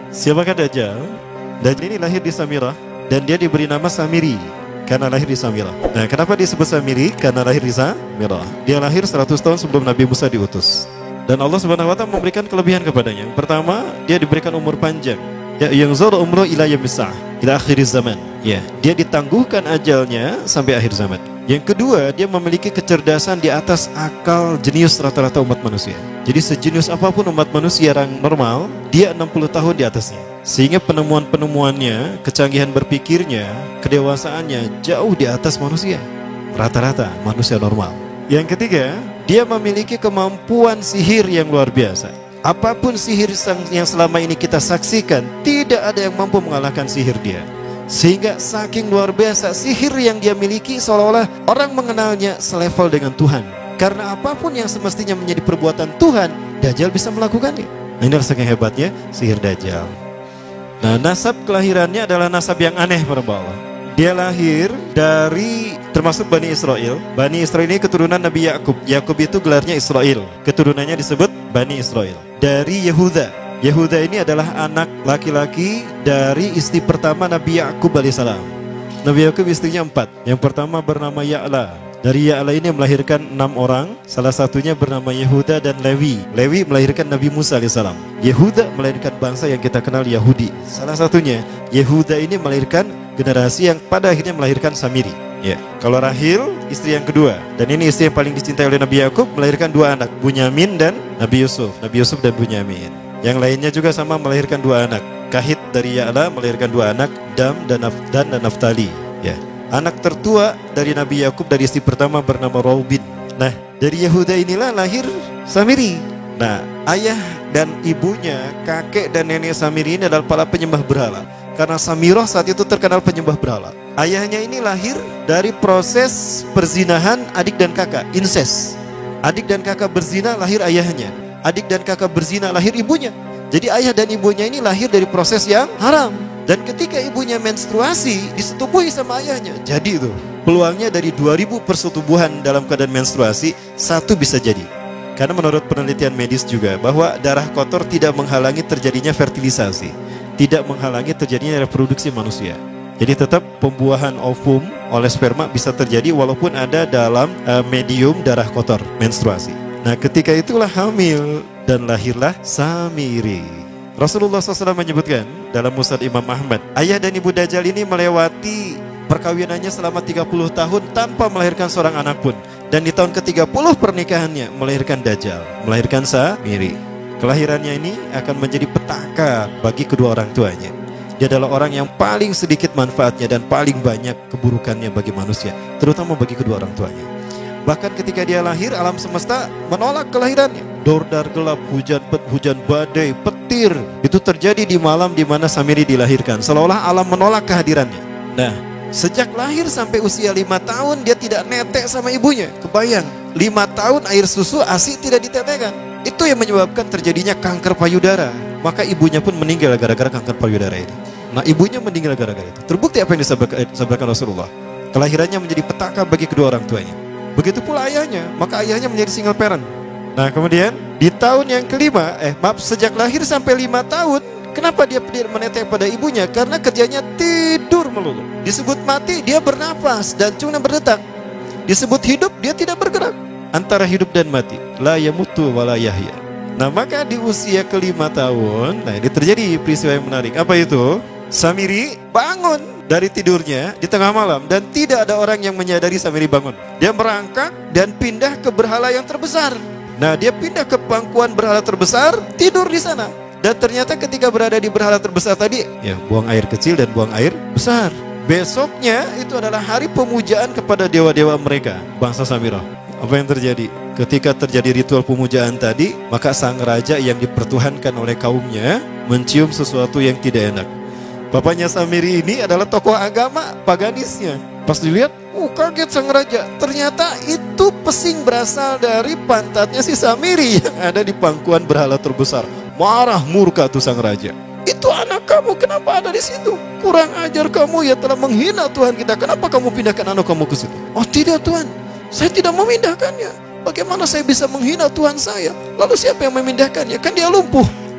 Siapakah Dajjal? Dajjal ini lahir di Samirah dan dia diberi nama Samiri karena lahir di Samirah. Nah, kenapa disebut Samiri? Karena lahir di Samirah. Dia lahir 100 tahun sebelum Nabi Musa diutus. Dan Allah Subhanahu wa taala memberikan kelebihan kepadanya. Yang pertama, dia diberikan umur panjang. Ya, yang zara umru ila yamisah, ila akhir zaman. Ya, dia ditangguhkan ajalnya sampai akhir zaman. Yang kedua, dia memiliki kecerdasan di atas akal jenius rata-rata umat manusia. Jadi sejenius apapun umat manusia yang normal, dia 60 tahun di atasnya. Sehingga penemuan-penemuannya, kecanggihan berpikirnya, kedewasaannya jauh di atas manusia. Rata-rata manusia normal. Yang ketiga, dia memiliki kemampuan sihir yang luar biasa. Apapun sihir yang selama ini kita saksikan, tidak ada yang mampu mengalahkan sihir dia. Sehingga saking luar biasa sihir yang dia miliki, seolah-olah orang mengenalnya selevel dengan Tuhan. Karena apapun yang semestinya menjadi perbuatan Tuhan, Dajjal bisa melakukannya. Nah, ini saking hebatnya sihir Dajjal. Nah, nasab kelahirannya adalah nasab yang aneh para Allah. Dia lahir dari termasuk Bani Israel. Bani Israel ini keturunan Nabi Yakub. Yakub itu gelarnya Israel. Keturunannya disebut Bani Israel. Dari Yehuda. Yehuda ini adalah anak laki-laki dari istri pertama Nabi Yakub alaihissalam. Nabi Yakub istrinya 4. Yang pertama bernama Ya'la. Dari Ya'la ini melahirkan 6 orang. Salah satunya bernama Yehuda dan Lewi. Lewi melahirkan Nabi Musa alaihissalam. Yehuda melahirkan bangsa yang kita kenal Yahudi. Salah satunya Yehuda ini melahirkan generasi yang pada akhirnya melahirkan Samiri. Ya, kalau Rahil istri yang kedua, dan ini istri yang paling dicintai oleh Nabi Yakub, melahirkan 2 anak, Bunyamin dan Nabi Yusuf. Nabi Yusuf dan Bunyamin. Yang lainnya juga sama melahirkan 2 anak. Kahit dari Ya'la melahirkan 2 anak, Dam dan Naftali. Ya. Anak tertua dari Nabi Yakub dari istri pertama bernama Raubin. Nah, dari Yehuda inilah lahir Samiri. Nah, ayah dan ibunya, kakek dan nenek Samiri ini adalah para penyembah berhala. Karena Samirah saat itu terkenal penyembah berhala. Ayahnya ini lahir dari proses perzinahan adik dan kakak, incest. Adik dan kakak berzina, lahir ayahnya. Adik dan kakak berzina, lahir ibunya. Jadi ayah dan ibunya ini lahir dari proses yang haram. Dan ketika ibunya menstruasi, disetubuhi sama ayahnya. Jadi itu peluangnya dari 2000 persetubuhan dalam keadaan menstruasi, 1 bisa jadi. Karena menurut penelitian medis juga bahwa darah kotor tidak menghalangi terjadinya fertilisasi, tidak menghalangi terjadinya reproduksi manusia. Jadi tetap pembuahan ovum oleh sperma bisa terjadi walaupun ada dalam medium darah kotor, menstruasi. Nah, ketika itulah hamil dan lahirlah Samiri. Rasulullah SAW menyebutkan dalam Musnad Imam Ahmad, ayah dan ibu Dajjal ini melewati perkawinannya selama 30 tahun tanpa melahirkan seorang anak pun. Dan di tahun ke-30 pernikahannya melahirkan Dajjal, melahirkan Samiri. Kelahirannya ini akan menjadi petaka bagi kedua orang tuanya. Dia adalah orang yang paling sedikit manfaatnya dan paling banyak keburukannya bagi manusia, terutama bagi kedua orang tuanya. Bahkan ketika dia lahir, alam semesta menolak kelahirannya. Dordar gelap, hujan badai, petir, itu terjadi di malam di mana Samiri dilahirkan. Seolah-olah alam menolak kehadirannya. Nah, sejak lahir sampai usia 5 tahun dia tidak netek sama ibunya. Kebayang, 5 tahun air susu ASI tidak ditetekkan. Itu yang menyebabkan terjadinya kanker payudara. Maka ibunya pun meninggal gara-gara kanker payudara ini. Nah, ibunya meninggal gara-gara itu. Terbukti apa yang disampaikan Rasulullah. Kelahirannya menjadi petaka bagi kedua orang tuanya. Begitu pula ayahnya, maka ayahnya menjadi single parent. Nah, kemudian di tahun yang kelima, sejak lahir sampai 5 tahun, kenapa dia menetek pada ibunya? Karena kerjanya tidur melulu. Disebut mati, dia bernafas dan cuma berdetak. Disebut hidup, dia tidak bergerak. Antara hidup dan mati, la yamutu wa la yahya. Nah, maka di usia ke-5 tahun, nah ini terjadi peristiwa yang menarik. Apa itu? Samiri bangun dari tidurnya di tengah malam dan tidak ada orang yang menyadari Samiri bangun. Dia merangkak dan pindah ke berhala yang terbesar. Nah, dia pindah ke pangkuan berhala terbesar, tidur di sana. Dan ternyata ketika berada di berhala terbesar tadi, ya buang air kecil dan buang air besar. Besoknya itu adalah hari pemujaan kepada dewa-dewa mereka, bangsa Samirah. Apa yang terjadi? Ketika terjadi ritual pemujaan tadi, maka sang raja yang dipertuhankan oleh kaumnya mencium sesuatu yang tidak enak. Bapaknya Samiri ini adalah tokoh agama paganisnya. Pas dilihat, kaget sang raja. Ternyata itu pesing berasal dari pantatnya si Samiri yang ada di pangkuan berhala terbesar. Marah murka tuh sang raja. Itu anak kamu, kenapa ada di situ? Kurang ajar kamu, ya telah menghina Tuhan kita. Kenapa kamu pindahkan anak kamu ke situ? Oh tidak Tuhan, saya tidak memindahkannya. Bagaimana saya bisa menghina Tuhan saya? Lalu siapa yang memindahkannya? Kan dia lumpuh.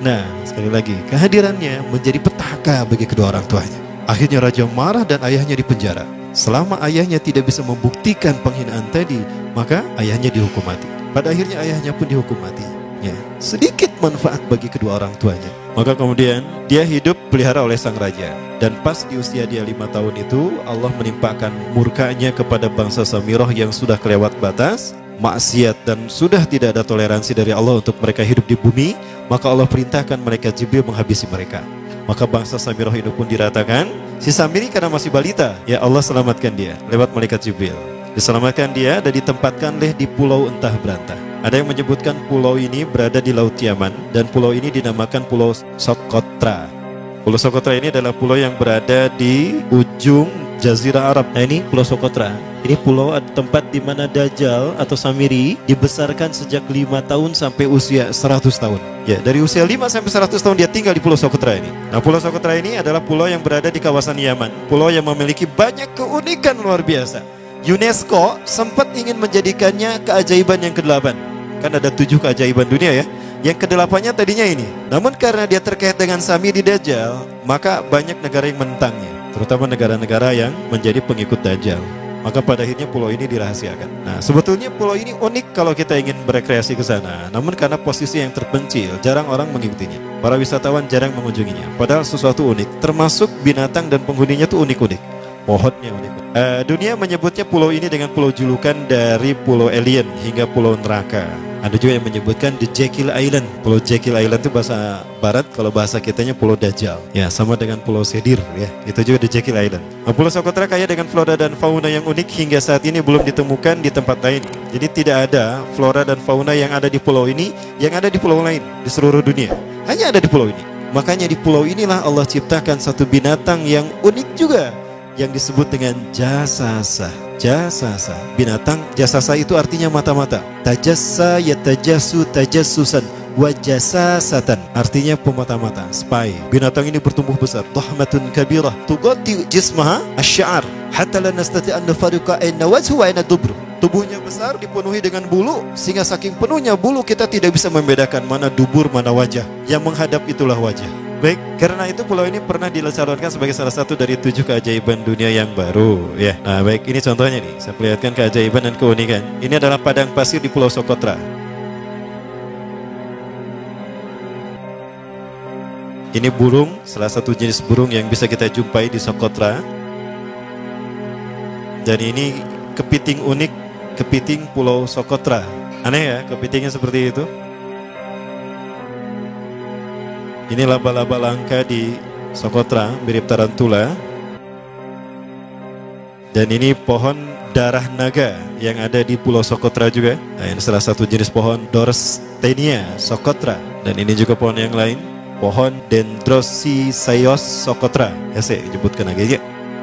Nah, sekali lagi, kehadirannya menjadi petaka bagi kedua orang tuanya. Akhirnya raja marah dan ayahnya dipenjara. Selama ayahnya tidak bisa membuktikan penghinaan tadi, maka ayahnya dihukum mati. Pada akhirnya ayahnya pun dihukum mati. Ya, sedikit manfaat bagi kedua orang tuanya. Maka kemudian dia hidup pelihara oleh sang raja. Dan pas di usia dia 5 tahun itu, Allah menimpakan murkanya kepada bangsa Samirah yang sudah kelewat batas, maksiat, dan sudah tidak ada toleransi dari Allah untuk mereka hidup di bumi. Maka Allah perintahkan malaikat Jibril menghabisi mereka. Maka bangsa Samirah itu pun diratakan. Si Samiri karena masih balita, ya Allah selamatkan dia lewat malaikat Jibril. Diselamatkan dia dan ditempatkan di pulau entah berantah. Ada yang menyebutkan pulau ini berada di Laut Yaman, dan pulau ini dinamakan Pulau Socotra. Pulau Socotra ini adalah pulau yang berada di ujung Jazirah Arab. Nah, ini Pulau Socotra. Ini pulau tempat di mana Dajjal atau Samiri dibesarkan sejak 5 tahun sampai usia 100 tahun. Ya, dari usia 5 sampai 100 tahun dia tinggal di Pulau Socotra ini. Nah, Pulau Socotra ini adalah pulau yang berada di kawasan Yaman. Pulau yang memiliki banyak keunikan luar biasa. UNESCO sempat ingin menjadikannya keajaiban yang ke-8. Kan ada 7 keajaiban dunia ya. Yang ke-8-nya tadinya ini. Namun karena dia terkait dengan Samiri Dajjal, maka banyak negara yang menentangnya, terutama negara-negara yang menjadi pengikut Dajjal. Maka pada akhirnya pulau ini dirahasiakan. Nah, sebetulnya pulau ini unik kalau kita ingin berekreasi ke sana. Namun karena posisi yang terpencil, jarang orang mengikutinya. Para wisatawan jarang mengunjunginya. Padahal sesuatu unik, termasuk binatang dan penghuninya tuh unik-unik. Pohonnya unik. Dunia menyebutnya pulau ini dengan pulau julukan dari pulau alien hingga pulau neraka. Ada juga yang menyebutkan The Jekyll Island. Pulau Jekyll Island itu bahasa barat, kalau bahasa kitanya Pulau Dajjal. Ya, sama dengan Pulau Sedir ya. Itu juga The Jekyll Island. Nah, Pulau Socotra kaya dengan flora dan fauna yang unik hingga saat ini belum ditemukan di tempat lain. Jadi tidak ada flora dan fauna yang ada di pulau ini yang ada di pulau lain di seluruh dunia. Hanya ada di pulau ini. Makanya di pulau inilah Allah ciptakan satu binatang yang unik juga, yang disebut dengan jasasa. Jasasa, binatang jasasa itu artinya mata-mata. Tajassa yatajassu tajassusan wa jasasatan, artinya pemata-mata, spy. Binatang ini bertumbuh besar, dhahmatun kabirah tughatti jismaha asy-sya'ar hatta la nastati an nafariqa ayna wajhu wa ayna dubru. Tubuhnya besar, dipenuhi dengan bulu, sehingga saking penuhnya bulu kita tidak bisa membedakan mana dubur mana wajah. Yang menghadap itulah wajah. Baik, karena itu pulau ini pernah dilesarkan sebagai salah satu dari 7 keajaiban dunia yang baru ya. Nah, baik, ini contohnya nih. Saya perlihatkan keajaiban dan keunikan. Ini adalah padang pasir di Pulau Socotra. Ini burung, salah satu jenis burung yang bisa kita jumpai di Socotra. Dan ini kepiting unik, kepiting Pulau Socotra. Aneh ya, kepitingnya seperti itu. Ini laba-laba langka di Socotra, mirip tarantula. Dan ini pohon darah naga yang ada di Pulau Socotra juga. Nah, ini salah satu jenis pohon Dorstenia Socotra. Dan ini juga pohon yang lain, pohon Dendrocysaios Socotra. Ya, saya sebutkan lagi ya.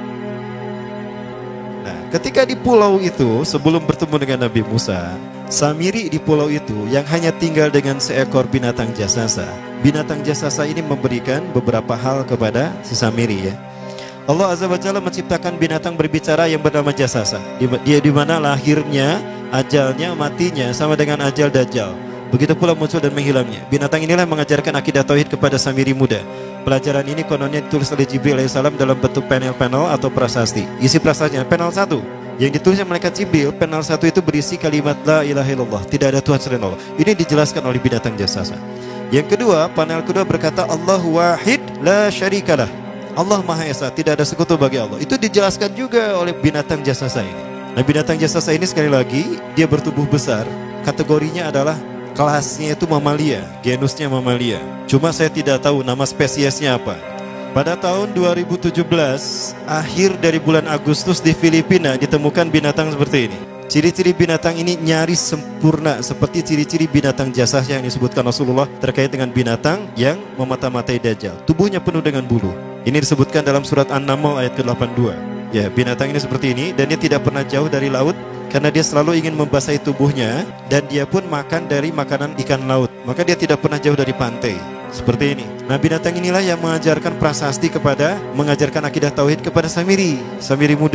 Nah, ketika di pulau itu, sebelum bertemu dengan Nabi Musa, Samiri di pulau itu yang hanya tinggal dengan seekor binatang jasasa. Binatang jasasa ini memberikan beberapa hal kepada si Samiri ya. Allah Azza wa Jalla menciptakan binatang berbicara yang bernama jasasa. Dia di mana lahirnya, ajalnya, matinya sama dengan ajal Dajjal. Begitu pula muncul dan menghilangnya. Binatang inilah yang mengajarkan akidah tauhid kepada Samiri muda. Pelajaran ini kononnya ditulis oleh Jibril alaihissalam dalam bentuk panel-panel atau prasasti. Isi prasastinya panel 1 yang ditulis oleh malaikat Jibril, panel 1 itu berisi kalimat la ilaha illallah, tidak ada Tuhan selain Allah. Ini dijelaskan oleh binatang jasasa. Yang kedua, panel kedua berkata Allahu wahid la syarikalah. Allah Maha Esa, tidak ada sekutu bagi Allah. Itu dijelaskan juga oleh binatang jasasa ini. Nah, binatang jasasa ini sekali lagi dia bertubuh besar. Kategorinya adalah kelasnya itu mamalia, genusnya mamalia. Cuma saya tidak tahu nama spesiesnya apa. Pada tahun 2017, akhir dari bulan Agustus di Filipina ditemukan binatang seperti ini. Ciri-ciri binatang ini nyaris sempurna seperti ciri-ciri binatang jasasa yang disebutkan Rasulullah terkait dengan binatang yang memata-matai Dajjal. Tubuhnya penuh dengan bulu. Ini disebutkan dalam surat An-Naml ayat ke-82. Ya, binatang ini seperti ini dan dia tidak pernah jauh dari laut karena dia selalu ingin membasahi tubuhnya dan dia pun makan dari makanan ikan laut. Maka dia tidak pernah jauh dari pantai. Seperti ini. Nah, binatang inilah yang mengajarkan prasasti mengajarkan akidah tauhid kepada Samiri muda.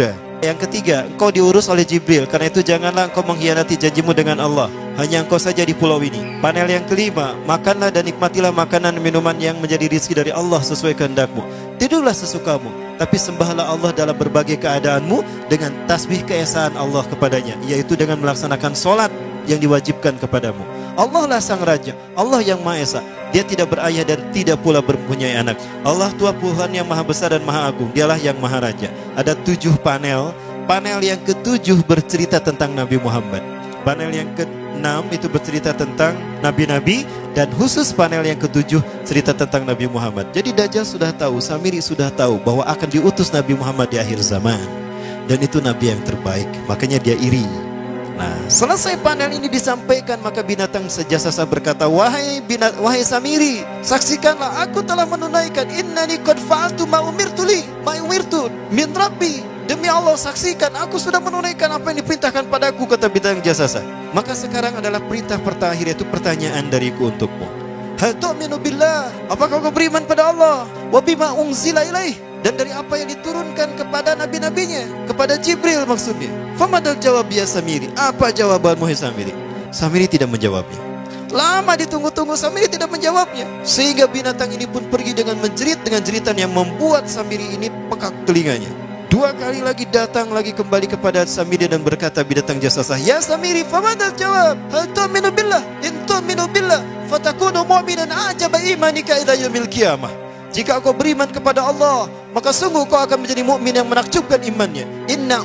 Yang ketiga, engkau diurus oleh Jibril. Karena itu janganlah engkau mengkhianati janjimu dengan Allah. Hanya engkau saja di pulau ini. Panel yang kelima, makanlah dan nikmatilah makanan minuman yang menjadi rizki dari Allah sesuai kehendakmu. Tidurlah sesukamu, tapi sembahlah Allah dalam berbagai keadaanmu dengan tasbih keesaan Allah kepadanya, yaitu dengan melaksanakan sholat yang diwajibkan kepadamu. Allah lah sang raja, Allah yang Maha Esa. Dia tidak berayah dan tidak pula mempunyai anak. Allah Tuhan Tuhan yang maha besar dan maha agung. Dialah yang maha raja. Ada 7 panel. Panel yang ke-7 bercerita tentang Nabi Muhammad. Panel yang ke-6 itu bercerita tentang nabi-nabi. Dan khusus panel yang ke-7 cerita tentang Nabi Muhammad. Jadi Dajjal sudah tahu, Samiri sudah tahu bahwa akan diutus Nabi Muhammad di akhir zaman. Dan itu Nabi yang terbaik. Makanya dia iri. Nah, selesai panel ini disampaikan, maka binatang sejasasa berkata, wahai Samiri, saksikanlah aku telah menunaikan innani qad fa'altu ma umirtu min rabbi. Demi Allah, saksikan aku sudah menunaikan apa yang diperintahkan padaku, kata binatang jasasa. Maka sekarang adalah perintah terakhir, yaitu pertanyaan dariku untukmu. Hal tu'minu billah, apakah kau beriman pada Allah? Wa bima unzila ilaih, dan dari apa yang diturunkan kepada nabi-nabinya, kepada Jibril maksudnya. Famadal jawab ya Samiri, apa jawabanmu hai Samiri? Samiri tidak menjawabnya. Lama ditunggu-tunggu, Samiri tidak menjawabnya. Sehingga binatang ini pun pergi dengan menjerit dengan jeritan yang membuat Samiri ini pekak telinganya. 2 kali lagi datang lagi kembali kepada Samiri dan berkata binatang jasasa, ya Samiri, famadal jawab? Hal tu'minu billah, in tu'minu billah fatakunu mu'minan ajaba imanika ila yaumil qiyamah. Jika kau beriman kepada Allah, maka sungguh kau akan menjadi mukmin yang menakjubkan imannya. Inna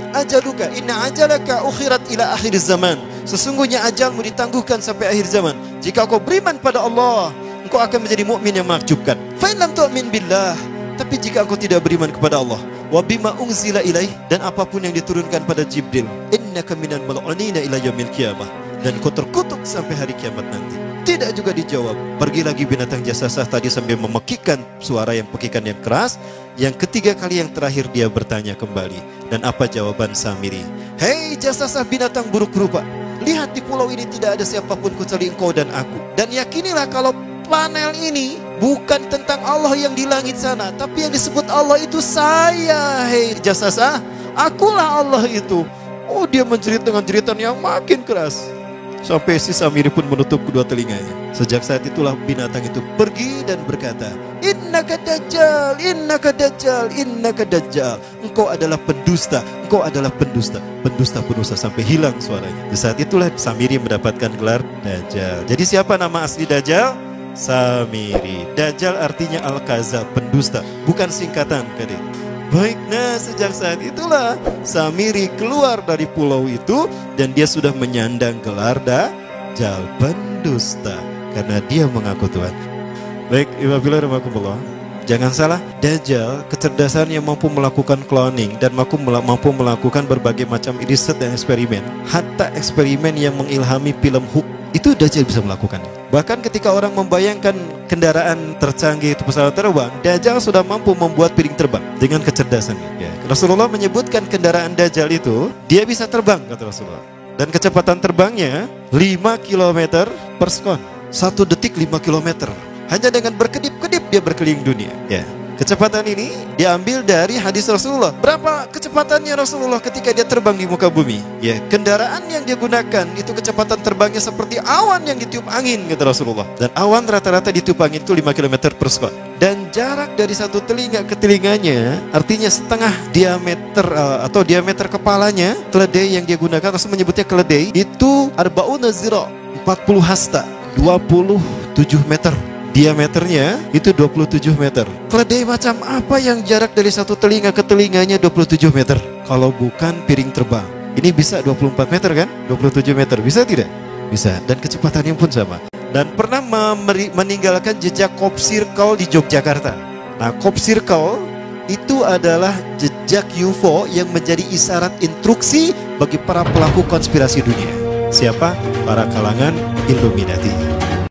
ajalaka ukhirat ila akhir zaman. Sesungguhnya ajalmu ditangguhkan sampai akhir zaman. Jika kau beriman pada Allah, engkau akan menjadi mukmin yang menakjubkan. Fa in lam tu'min billah, tapi jika engkau tidak beriman kepada Allah, wa bima unzila ilaih, dan apapun yang diturunkan pada Jibril, innaka minal mal'unina ila yaumil qiyamah, dan kau terkutuk sampai hari kiamat nanti. Tidak juga dijawab. Pergi lagi binatang jasasa tadi sambil memekikkan suara yang pekikan yang keras. Yang ketiga kali yang terakhir dia bertanya kembali. Dan apa jawaban Samiri? Hei jasasa binatang buruk rupa, lihat di pulau ini tidak ada siapapun kecuali engkau dan aku. Dan yakinilah kalau panel ini bukan tentang Allah yang di langit sana, tapi yang disebut Allah itu saya. Hei jasasa, akulah Allah itu. Oh, dia menjerit dengan jeritan yang makin keras. Sampai si Samiri pun menutup kedua telinganya. Sejak saat itulah binatang itu pergi dan berkata, innaka dajjal, innaka dajjal, innaka dajjal. Engkau adalah pendusta, engkau adalah pendusta, pendusta sampai hilang suaranya. Di saat itulah Samiri mendapatkan gelar Dajjal. Jadi siapa nama asli Dajjal? Samiri. Dajjal artinya Al-Kazab, pendusta, bukan singkatan kadek. Baik, nah sejak saat itulah Samiri keluar dari pulau itu dan dia sudah menyandang gelar Dajjal, pendusta, karena dia mengaku Tuhan. Baik, Iwabillah rahmatullah. Jangan salah, Dajjal kecerdasan yang mampu melakukan cloning dan mampu melakukan berbagai macam riset dan eksperimen. Hatta eksperimen yang mengilhami film Hook itu Dajjal bisa melakukan. Bahkan ketika orang membayangkan kendaraan tercanggih itu pesawat terbang, Dajjal sudah mampu membuat piring terbang dengan kecerdasannya. Ya. Rasulullah menyebutkan kendaraan Dajjal itu dia bisa terbang, kata Rasulullah. Dan kecepatan terbangnya 5 km per sekon. 1 detik 5 km. Hanya dengan berkedip-kedip dia berkeliling dunia. Ya. Kecepatan ini diambil dari hadis Rasulullah. Berapa kecepatannya Rasulullah ketika dia terbang di muka bumi? Ya, kendaraan yang dia gunakan itu kecepatan terbangnya seperti awan yang ditiup angin, kata Rasulullah. Dan awan rata-rata ditiup angin itu 5 km per sekon. Dan jarak dari satu telinga ke telinganya, artinya setengah diameter atau diameter kepalanya, keledai yang dia gunakan, Rasul menyebutnya keledai, itu arba'una zira, 40 hasta, 27 meter. Diameternya itu 27 meter. Keledai macam apa yang jarak dari satu telinga ke telinganya 27 meter? Kalau bukan piring terbang. Ini bisa 24 meter kan? 27 meter. Bisa tidak? Bisa. Dan kecepatannya pun sama. Dan pernah meninggalkan jejak Cop Circle di Yogyakarta. Nah, Cop Circle itu adalah jejak UFO yang menjadi isyarat instruksi bagi para pelaku konspirasi dunia. Siapa? Para kalangan Illuminati.